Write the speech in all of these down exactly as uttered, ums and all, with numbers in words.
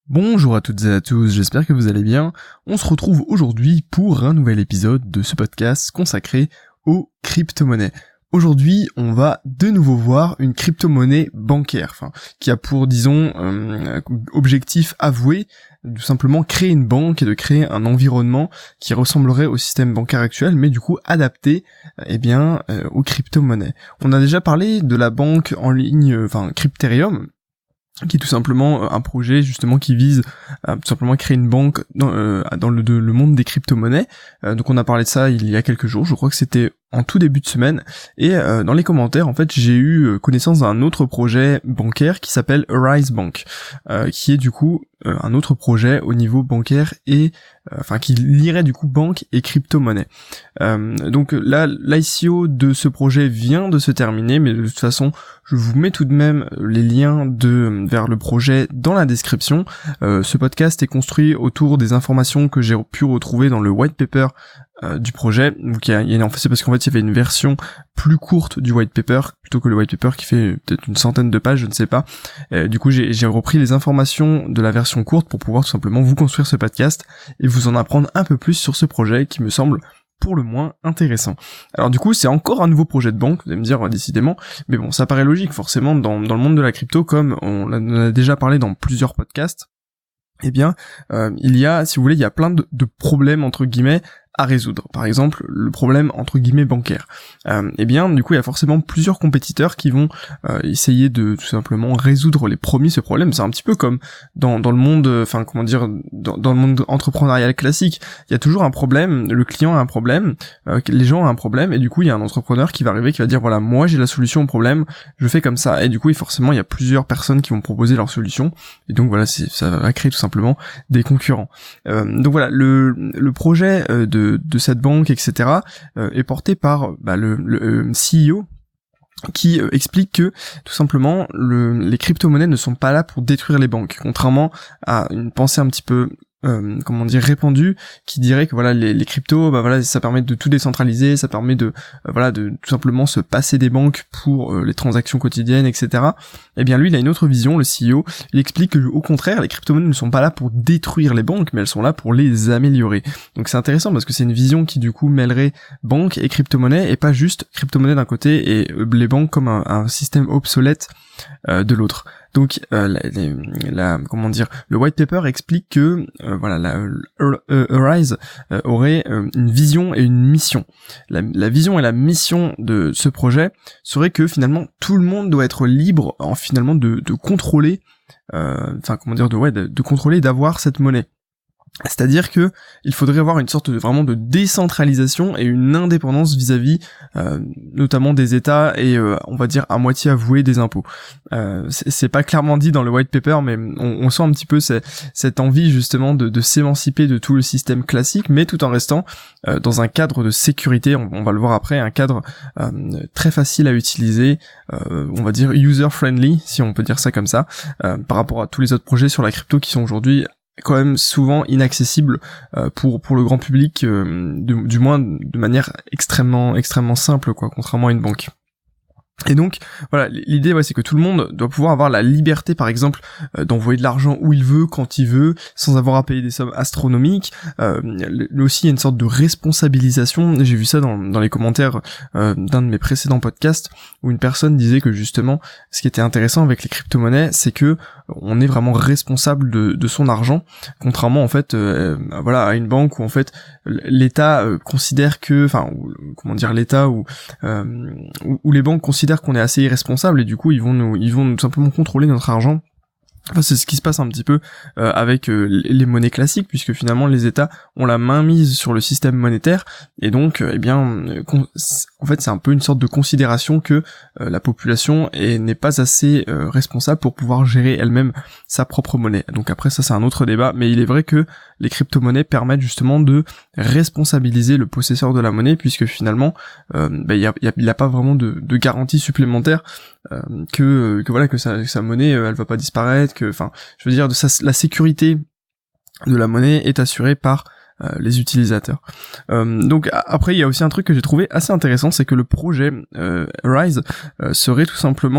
Bonjour à toutes et à tous, j'espère que vous allez bien. On se retrouve aujourd'hui pour un nouvel épisode de ce podcast consacré aux crypto-monnaies. Aujourd'hui, on va de nouveau voir une crypto-monnaie bancaire, enfin, qui a pour, disons, euh, objectif avoué de simplement créer une banque et de créer un environnement qui ressemblerait au système bancaire actuel, mais du coup adapté, eh bien, euh, aux crypto-monnaies. On a déjà parlé de la banque en ligne, enfin, Crypterium, qui est tout simplement un projet justement qui vise à tout simplement créer une banque dans, euh, dans le, de, le monde des crypto-monnaies. Euh, donc on a parlé de ça il y a quelques jours, je crois que c'était en tout début de semaine, et euh, dans les commentaires, en fait, j'ai eu connaissance d'un autre projet bancaire qui s'appelle Arise Bank, euh, qui est du coup euh, un autre projet au niveau bancaire et euh, enfin qui lierait du coup banque et crypto-monnaie. Euh, donc là, l'I C O de ce projet vient de se terminer, mais de toute façon, je vous mets tout de même les liens de vers le projet dans la description. Euh, ce podcast est construit autour des informations que j'ai pu retrouver dans le white paper Euh, du projet. Donc il y a, il y a, en fait, c'est parce qu'en fait il y avait une version plus courte du white paper plutôt que le white paper qui fait peut-être une centaine de pages, je ne sais pas. Euh, du coup j'ai, j'ai repris les informations de la version courte pour pouvoir tout simplement vous construire ce podcast et vous en apprendre un peu plus sur ce projet qui me semble pour le moins intéressant. Alors du coup c'est encore un nouveau projet de banque, vous allez me dire ouais, décidément, mais bon ça paraît logique forcément dans, dans le monde de la crypto, comme on en a déjà parlé dans plusieurs podcasts. Eh bien, euh, il y a, si vous voulez, il y a plein de, de problèmes entre guillemets à résoudre. Par exemple, le problème entre guillemets bancaire. Euh, eh bien, du coup, il y a forcément plusieurs compétiteurs qui vont euh, essayer de tout simplement résoudre les premiers ce problème. C'est un petit peu comme dans dans le monde, enfin comment dire, dans, dans le monde entrepreneurial classique. Il y a toujours un problème. Le client a un problème, euh, les gens ont un problème, et du coup, il y a un entrepreneur qui va arriver, qui va dire voilà, moi j'ai la solution au problème, je fais comme ça. Et du coup, forcément, il y a plusieurs personnes qui vont proposer leur solution. Et donc voilà, c'est, ça va créer tout simplement des concurrents. Euh, donc voilà, le le projet euh, de de cette banque, et cetera, euh, est porté par bah, le, le euh, C E O qui euh, explique que tout simplement le, les crypto-monnaies ne sont pas là pour détruire les banques, contrairement à une pensée un petit peu Euh, comment dire répandue qui dirait que voilà les, les cryptos bah voilà ça permet de tout décentraliser, ça permet de euh, voilà de tout simplement se passer des banques pour euh, les transactions quotidiennes, etc. Eh bien lui il a une autre vision, le C E O. Il explique que au contraire les crypto-monnaies ne sont pas là pour détruire les banques, mais elles sont là pour les améliorer. Donc c'est intéressant parce que c'est une vision qui du coup mêlerait banque et crypto-monnaie, et pas juste crypto-monnaie d'un côté et euh, les banques comme un, un système obsolète euh, de l'autre. Donc euh, la, la, la comment dire le white paper explique que euh, voilà la euh, Arise euh, aurait euh, une vision et une mission. La, la vision et la mission de ce projet serait que finalement tout le monde doit être libre en finalement de, de contrôler enfin euh, comment dire de ouais de, de contrôler et d'avoir cette monnaie. C'est-à-dire que il faudrait avoir une sorte de vraiment de décentralisation et une indépendance vis-à-vis euh, notamment des États et euh, on va dire à moitié avoué des impôts. Euh, c'est, c'est pas clairement dit dans le white paper, mais on, on sent un petit peu cette, cette envie justement de, de s'émanciper de tout le système classique, mais tout en restant euh, dans un cadre de sécurité. On, on va le voir après, un cadre euh, très facile à utiliser, euh, on va dire user-friendly si on peut dire ça comme ça, euh, par rapport à tous les autres projets sur la crypto qui sont aujourd'hui quand même souvent inaccessible euh, pour pour le grand public, euh, de, du moins de manière extrêmement extrêmement simple quoi, contrairement à une banque. Et donc voilà, l'idée ouais, c'est que tout le monde doit pouvoir avoir la liberté par exemple euh, d'envoyer de l'argent où il veut, quand il veut, sans avoir à payer des sommes astronomiques. Euh, là aussi il y a une sorte de responsabilisation. J'ai vu ça dans, dans les commentaires euh, d'un de mes précédents podcasts où une personne disait que justement ce qui était intéressant avec les crypto-monnaies, c'est que on est vraiment responsable de, de son argent, contrairement en fait euh, voilà à une banque où en fait l'État euh, considère que, enfin comment dire l'État ou euh, où, où les banques considèrent qu'on est assez irresponsable et du coup ils vont nous ils vont tout simplement contrôler notre argent. Enfin, c'est ce qui se passe un petit peu euh, avec euh, les monnaies classiques, puisque finalement les États ont la main mise sur le système monétaire, et donc euh, eh bien euh, con- en fait c'est un peu une sorte de considération que euh, la population est, n'est pas assez euh, responsable pour pouvoir gérer elle-même sa propre monnaie. Donc après ça c'est un autre débat, mais il est vrai que les crypto-monnaies permettent justement de responsabiliser le possesseur de la monnaie, puisque finalement euh, bah, y a, y a, y a pas vraiment de, de garantie supplémentaire euh, que, que voilà que sa, que sa monnaie euh, elle va pas disparaître, que enfin je veux dire de sa, la sécurité de la monnaie est assurée par euh, les utilisateurs. Euh, donc après il y a aussi un truc que j'ai trouvé assez intéressant, c'est que le projet euh, Rise euh, serait tout simplement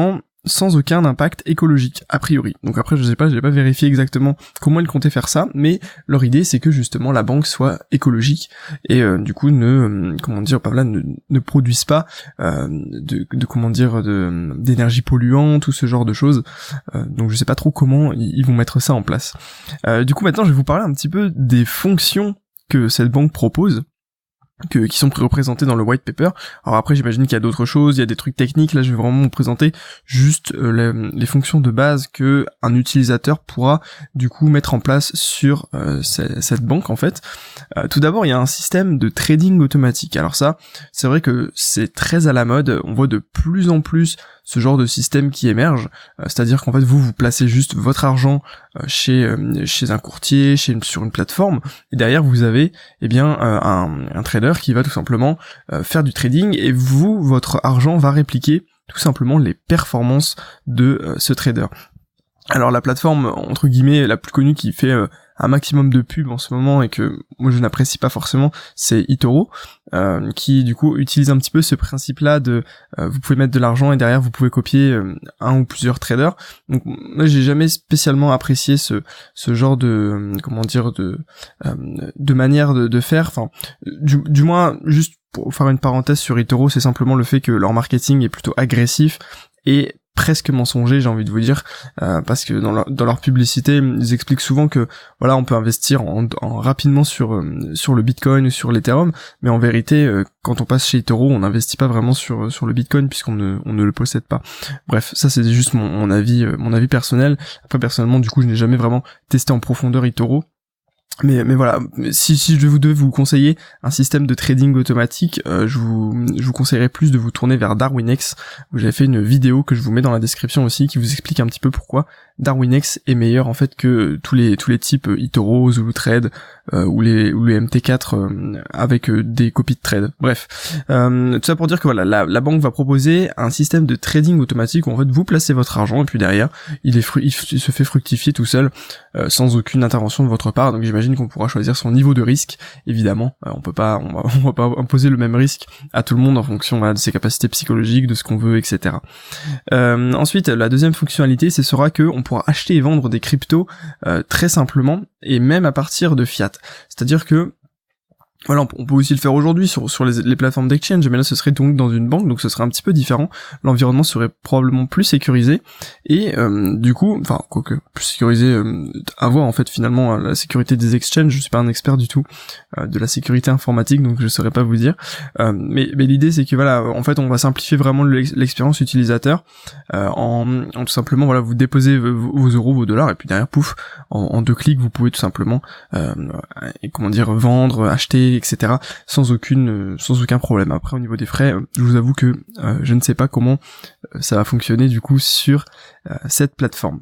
sans aucun impact écologique, a priori. Donc après, je sais pas, j'ai pas vérifié exactement comment ils comptaient faire ça, mais leur idée, c'est que justement la banque soit écologique et euh, du coup ne, euh, comment dire, pas là, ne, ne produise pas euh, de, de, comment dire, de d'énergie polluante ou ce genre de choses. Euh, donc je sais pas trop comment ils, ils vont mettre ça en place. Euh, du coup, maintenant, je vais vous parler un petit peu des fonctions que cette banque propose. Que, qui sont représentés dans le white paper. Alors après, j'imagine qu'il y a d'autres choses, il y a des trucs techniques. Là, je vais vraiment vous présenter juste euh, les, les fonctions de base que un utilisateur pourra du coup mettre en place sur euh, c- cette banque en fait. Euh, tout d'abord, il y a un système de trading automatique. Alors ça, c'est vrai que c'est très à la mode. On voit de plus en plus ce genre de système qui émerge. Euh, c'est-à-dire qu'en fait, vous vous placez juste votre argent euh, chez euh, chez un courtier, chez une, sur une plateforme, et derrière vous avez eh bien euh, un, un trader qui va tout simplement euh, faire du trading et vous, votre argent va répliquer tout simplement les performances de euh, ce trader. Alors la plateforme entre guillemets la plus connue qui fait euh, un maximum de pub en ce moment et que moi je n'apprécie pas forcément, c'est eToro, euh, qui du coup utilise un petit peu ce principe-là de euh, vous pouvez mettre de l'argent et derrière vous pouvez copier euh, un ou plusieurs traders. Donc moi j'ai jamais spécialement apprécié ce ce genre de euh, comment dire de euh, de manière de, de faire. Enfin du, du moins juste pour faire une parenthèse sur eToro, c'est simplement le fait que leur marketing est plutôt agressif et presque mensonger, j'ai envie de vous dire, euh, parce que dans leur, dans leur publicité, ils expliquent souvent que voilà, on peut investir en, en rapidement sur euh, sur le Bitcoin ou sur l'Ethereum, mais en vérité, euh, quand on passe chez eToro, on n'investit pas vraiment sur sur le Bitcoin puisqu'on ne on ne le possède pas. Bref, ça c'est juste mon, mon avis euh, mon avis personnel. Après personnellement, du coup, je n'ai jamais vraiment testé en profondeur eToro. Mais, mais voilà, si, si je vous devais vous conseiller un système de trading automatique, euh, je vous, je vous conseillerais plus de vous tourner vers Darwinex, où j'avais fait une vidéo que je vous mets dans la description aussi, qui vous explique un petit peu pourquoi Darwinex est meilleur en fait que tous les, tous les types eToro, Zulu Trade, euh, ou les, ou les M T quatre euh, avec euh, des copies de trade. Bref, euh, tout ça pour dire que voilà, la, la banque va proposer un système de trading automatique où en fait vous placez votre argent et puis derrière, il est fru- il, il se fait fructifier tout seul, euh, sans aucune intervention de votre part. Donc j'imagine qu'on pourra choisir son niveau de risque, évidemment. Euh, on peut pas, on va, on va pas imposer le même risque à tout le monde en fonction voilà, de ses capacités psychologiques, de ce qu'on veut, et cetera. Euh, ensuite, la deuxième fonctionnalité, ce sera que on pourra acheter et vendre des cryptos euh, très simplement et même à partir de fiat. C'est-à-dire que voilà, on peut aussi le faire aujourd'hui sur sur les, les plateformes d'exchange, mais là ce serait donc dans une banque, donc ce serait un petit peu différent. L'environnement serait probablement plus sécurisé et euh, du coup, enfin quoique plus sécurisé euh, à voir en fait finalement la sécurité des exchanges. Je suis pas un expert du tout euh, de la sécurité informatique, donc je saurais pas vous dire. Euh, mais mais l'idée c'est que voilà, en fait on va simplifier vraiment l'expérience utilisateur euh, en, en tout simplement voilà vous déposez vos, vos euros, vos dollars et puis derrière pouf en, en deux clics vous pouvez tout simplement euh, comment dire vendre, acheter et cetera sans aucune sans aucun problème. Après au niveau des frais, je vous avoue que euh, je ne sais pas comment euh, ça va fonctionner du coup sur euh, cette plateforme.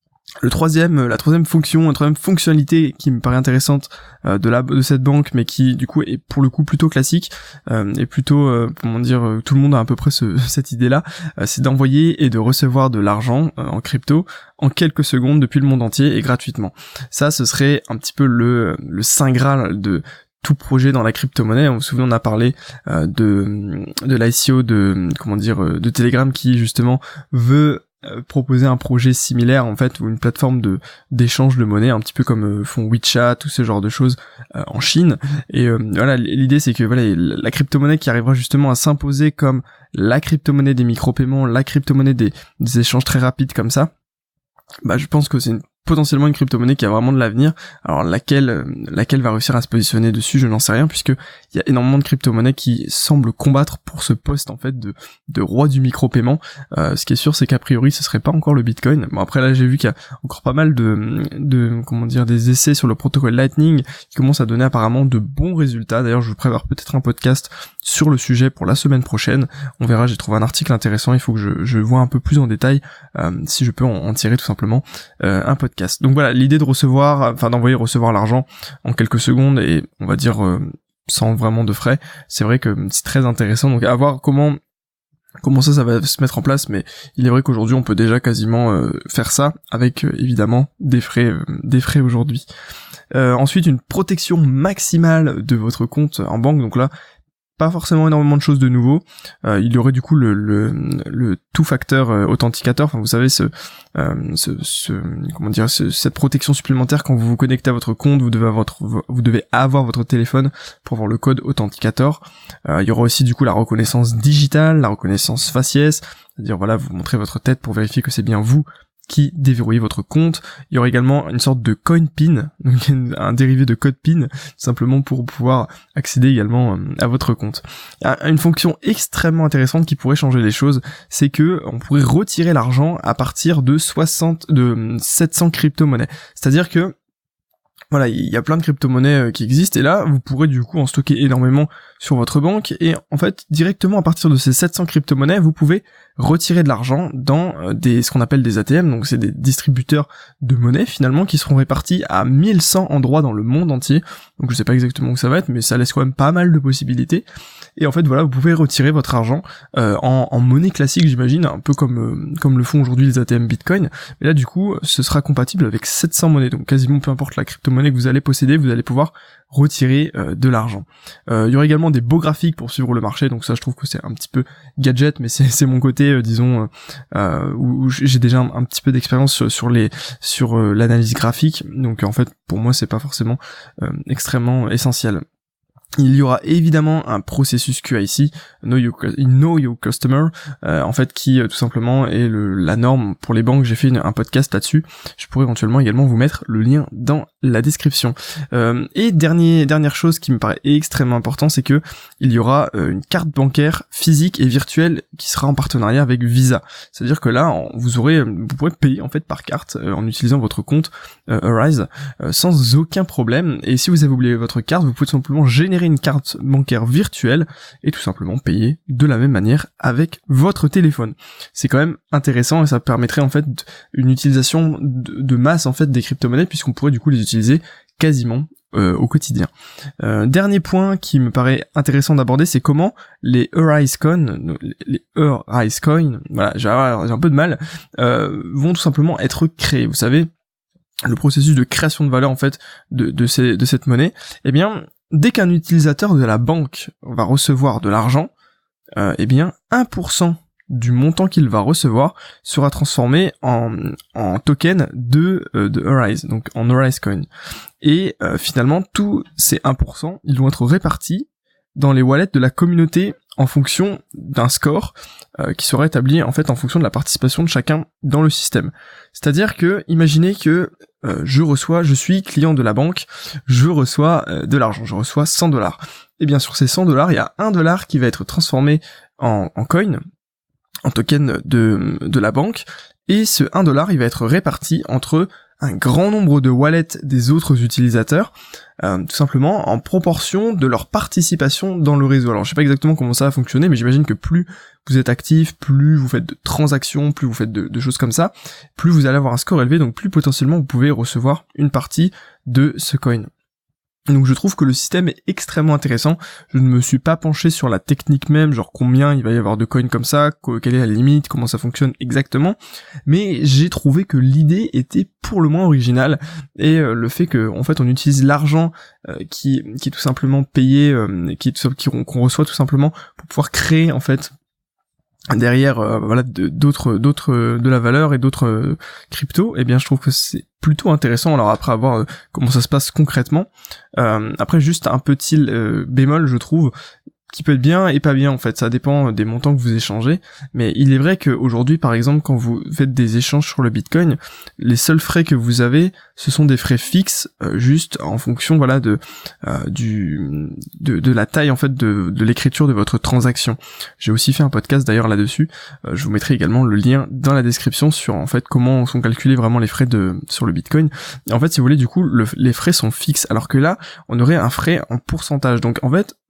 Le troisième, la troisième fonction, la troisième fonctionnalité qui me paraît intéressante euh, de la de cette banque, mais qui du coup est pour le coup plutôt classique euh, et plutôt euh, comment dire, euh, tout le monde a à peu près ce, cette idée-là, euh, c'est d'envoyer et de recevoir de l'argent euh, en crypto en quelques secondes depuis le monde entier et gratuitement. Ça, ce serait un petit peu le le saint graal de tout projet dans la crypto-monnaie. Vous vous souvenez, on a parlé euh, de de l'I C O de comment dire de Telegram qui justement veut euh, proposer un projet similaire en fait, ou une plateforme de d'échange de monnaie un petit peu comme euh, font WeChat, tout ce genre de choses euh, en Chine. Et euh, voilà, l'idée c'est que voilà la crypto-monnaie qui arrivera justement à s'imposer comme la crypto-monnaie des micro-paiements, la crypto-monnaie des, des échanges très rapides comme ça. Bah je pense que c'est une potentiellement une crypto-monnaie qui a vraiment de l'avenir. Alors laquelle euh, laquelle va réussir à se positionner dessus, je n'en sais rien, puisque il y a énormément de crypto-monnaies qui semblent combattre pour ce poste en fait de de roi du micro-paiement. Euh, ce qui est sûr, c'est qu'a priori ce serait pas encore le Bitcoin. Bon après là j'ai vu qu'il y a encore pas mal de de comment dire des essais sur le protocole Lightning qui commencent à donner apparemment de bons résultats. D'ailleurs je vous prépare peut-être un podcast sur le sujet pour la semaine prochaine. On verra, j'ai trouvé un article intéressant, il faut que je, je vois un peu plus en détail euh, si je peux en, en tirer tout simplement euh, un podcast. Donc voilà, l'idée de recevoir, enfin d'envoyer recevoir l'argent en quelques secondes et on va dire euh, sans vraiment de frais, c'est vrai que c'est très intéressant. Donc à voir comment comment ça ça va se mettre en place, mais il est vrai qu'aujourd'hui on peut déjà quasiment euh, faire ça avec euh, évidemment des frais euh, des frais aujourd'hui. Euh, ensuite une protection maximale de votre compte en banque, donc là pas forcément énormément de choses de nouveau. Euh, il y aurait du coup le le, le two-factor euh, authenticator, enfin vous savez ce, euh, ce, ce comment dire ce, cette protection supplémentaire quand vous vous connectez à votre compte, vous devez avoir votre, vous devez avoir votre téléphone pour avoir le code authenticator. Euh, il y aura aussi du coup la reconnaissance digitale, la reconnaissance faciès, c'est-à-dire voilà, vous montrez votre tête pour vérifier que c'est bien vous qui déverrouillez votre compte. Il y aura également une sorte de coin pin, donc un dérivé de code PIN, simplement pour pouvoir accéder également à votre compte. Une fonction extrêmement intéressante qui pourrait changer les choses, c'est que on pourrait retirer l'argent à partir de soixante, de sept cents crypto-monnaies. C'est-à-dire que voilà, il y a plein de crypto-monnaies qui existent, et là, vous pourrez du coup en stocker énormément sur votre banque, et en fait, directement à partir de ces sept cents crypto-monnaies, vous pouvez retirer de l'argent dans des ce qu'on appelle des A T M, donc c'est des distributeurs de monnaie finalement qui seront répartis à mille cent endroits dans le monde entier. Donc je sais pas exactement où ça va être, mais ça laisse quand même pas mal de possibilités. Et en fait voilà, vous pouvez retirer votre argent euh, en, en monnaie classique, j'imagine, un peu comme euh, comme le font aujourd'hui les A T M Bitcoin. Mais là du coup, ce sera compatible avec sept cents monnaies, donc quasiment peu importe la crypto-monnaie que vous allez posséder, vous allez pouvoir retirer euh, de l'argent. Euh, il y aura également des beaux graphiques pour suivre le marché, donc ça je trouve que c'est un petit peu gadget, mais c'est c'est mon côté euh, disons euh, où, où j'ai déjà un, un petit peu d'expérience sur, sur les sur euh, l'analyse graphique, donc en fait pour moi c'est pas forcément euh, extrêmement essentiel. Il y aura évidemment un processus Q I C, Know Your, know your Customer, euh, en fait qui euh, tout simplement est le, la norme pour les banques. J'ai fait une, un podcast là-dessus, je pourrais éventuellement également vous mettre le lien dans la description. Euh, et dernier, dernière chose qui me paraît extrêmement important, c'est que il y aura euh, une carte bancaire physique et virtuelle qui sera en partenariat avec Visa. C'est-à-dire que là, vous aurez, vous pourrez payer en fait par carte euh, en utilisant votre compte euh, Arise euh, sans aucun problème. Et si vous avez oublié votre carte, vous pouvez tout simplement générer une carte bancaire virtuelle et tout simplement payer de la même manière avec votre téléphone. C'est quand même intéressant et ça permettrait en fait une utilisation de, de masse en fait des crypto-monnaies puisqu'on pourrait du coup les utiliser quasiment euh, au quotidien. Euh, dernier point qui me paraît intéressant d'aborder, c'est comment les Arise Coin, les Arise Coin, voilà, j'ai un peu de mal, euh, vont tout simplement être créés. Vous savez, le processus de création de valeur en fait de, de, ces, de cette monnaie, eh bien dès qu'un utilisateur de la banque va recevoir de l'argent, euh, eh bien un pour cent du montant qu'il va recevoir sera transformé en, en token de, euh, de Arise, donc en Arise Coin. Et euh, finalement, tous ces un pour cent, ils vont être répartis dans les wallets de la communauté en fonction d'un score euh, qui sera établi en fait en fonction de la participation de chacun dans le système. C'est-à-dire que, imaginez que euh, je reçois, je suis client de la banque, je reçois euh, de l'argent, je reçois cent dollars. Et bien sur ces cent dollars, il y a un dollar qui va être transformé en, en coin, en token de, de la banque, et ce un dollar, il va être réparti entre un grand nombre de wallets des autres utilisateurs, euh, tout simplement en proportion de leur participation dans le réseau. Alors je sais pas exactement comment ça va fonctionner, mais j'imagine que plus vous êtes actif, plus vous faites de transactions, plus vous faites de, de choses comme ça, plus vous allez avoir un score élevé, donc plus potentiellement vous pouvez recevoir une partie de ce coin. Donc je trouve que le système est extrêmement intéressant. Je ne me suis pas penché sur la technique même, genre combien il va y avoir de coins comme ça, quelle est la limite, comment ça fonctionne exactement, mais j'ai trouvé que l'idée était pour le moins originale, et euh, le fait que en fait on utilise l'argent euh, qui qui est tout simplement payé, euh, qui, qui qu'on reçoit tout simplement pour pouvoir créer en fait derrière euh, voilà de, d'autres d'autres de la valeur et d'autres euh, cryptos, et eh bien je trouve que c'est plutôt intéressant. Alors après avoir euh, comment ça se passe concrètement, euh, après juste un petit euh, bémol je trouve qui peut être bien et pas bien en fait, ça dépend des montants que vous échangez, mais il est vrai qu'aujourd'hui par exemple quand vous faites des échanges sur le Bitcoin, les seuls frais que vous avez ce sont des frais fixes euh, juste en fonction voilà de euh, du de, de la taille en fait de, de l'écriture de votre transaction. J'ai aussi fait un podcast d'ailleurs là-dessus, euh, je vous mettrai également le lien dans la description sur en fait comment sont calculés vraiment les frais de sur le Bitcoin. Et en fait si vous voulez du coup le, les frais sont fixes, alors que là on aurait un frais en pourcentage, donc en fait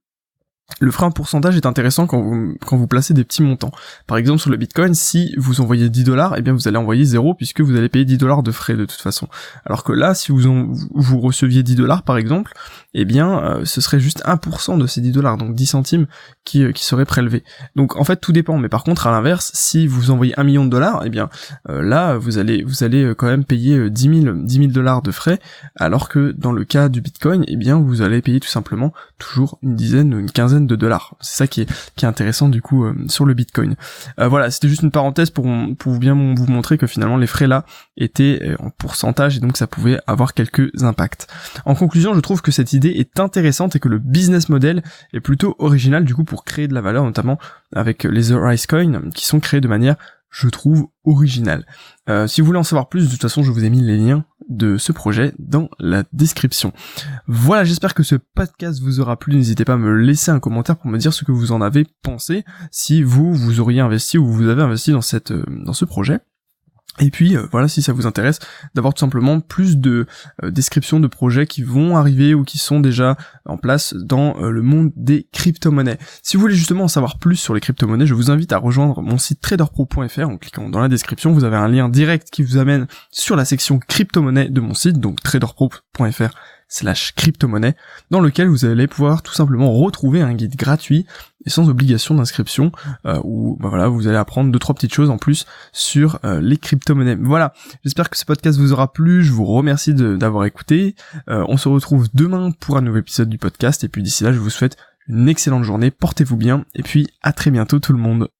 le frais en pourcentage est intéressant quand vous, quand vous placez des petits montants. Par exemple, sur le Bitcoin, si vous envoyez dix dollars, eh bien, vous allez envoyer zéro puisque vous allez payer dix dollars de frais de toute façon. Alors que là, si vous en, vous receviez dix dollars, par exemple, eh bien, euh, ce serait juste un pour cent de ces dix dollars, donc dix centimes qui, euh, qui seraient prélevés. Donc, en fait, tout dépend. Mais par contre, à l'inverse, si vous envoyez un million de dollars, eh bien, euh, là, vous allez, vous allez quand même payer dix mille dollars de frais, alors que dans le cas du Bitcoin, eh bien, vous allez payer tout simplement toujours une dizaine, une quinzaine quinzaine de dollars. C'est ça qui est, qui est intéressant du coup euh, sur le Bitcoin. Euh, voilà, c'était juste une parenthèse pour, pour bien vous montrer que finalement les frais là étaient en pourcentage et donc ça pouvait avoir quelques impacts. En conclusion, je trouve que cette idée est intéressante et que le business model est plutôt original du coup pour créer de la valeur, notamment avec les The Rise Coin qui sont créés de manière, je trouve, originale. Euh, si vous voulez en savoir plus, de toute façon je vous ai mis les liens de ce projet dans la description. Voilà, j'espère que ce podcast vous aura plu. N'hésitez pas à me laisser un commentaire pour me dire ce que vous en avez pensé, si vous, vous auriez investi ou vous avez investi dans cette, dans ce projet. Et puis euh, voilà, si ça vous intéresse d'avoir tout simplement plus de euh, descriptions de projets qui vont arriver ou qui sont déjà en place dans euh, le monde des crypto-monnaies. Si vous voulez justement en savoir plus sur les crypto-monnaies, je vous invite à rejoindre mon site trader pro point f r. En cliquant dans la description, vous avez un lien direct qui vous amène sur la section crypto-monnaie de mon site, donc trader pro point f r slash crypto-monnaie, dans lequel vous allez pouvoir tout simplement retrouver un guide gratuit et sans obligation d'inscription, euh, où bah voilà, vous allez apprendre deux trois petites choses en plus sur euh, les crypto-monnaies. Voilà, j'espère que ce podcast vous aura plu, je vous remercie de, d'avoir écouté, euh, on se retrouve demain pour un nouvel épisode du podcast, et puis d'ici là je vous souhaite une excellente journée, portez-vous bien, et puis à très bientôt tout le monde.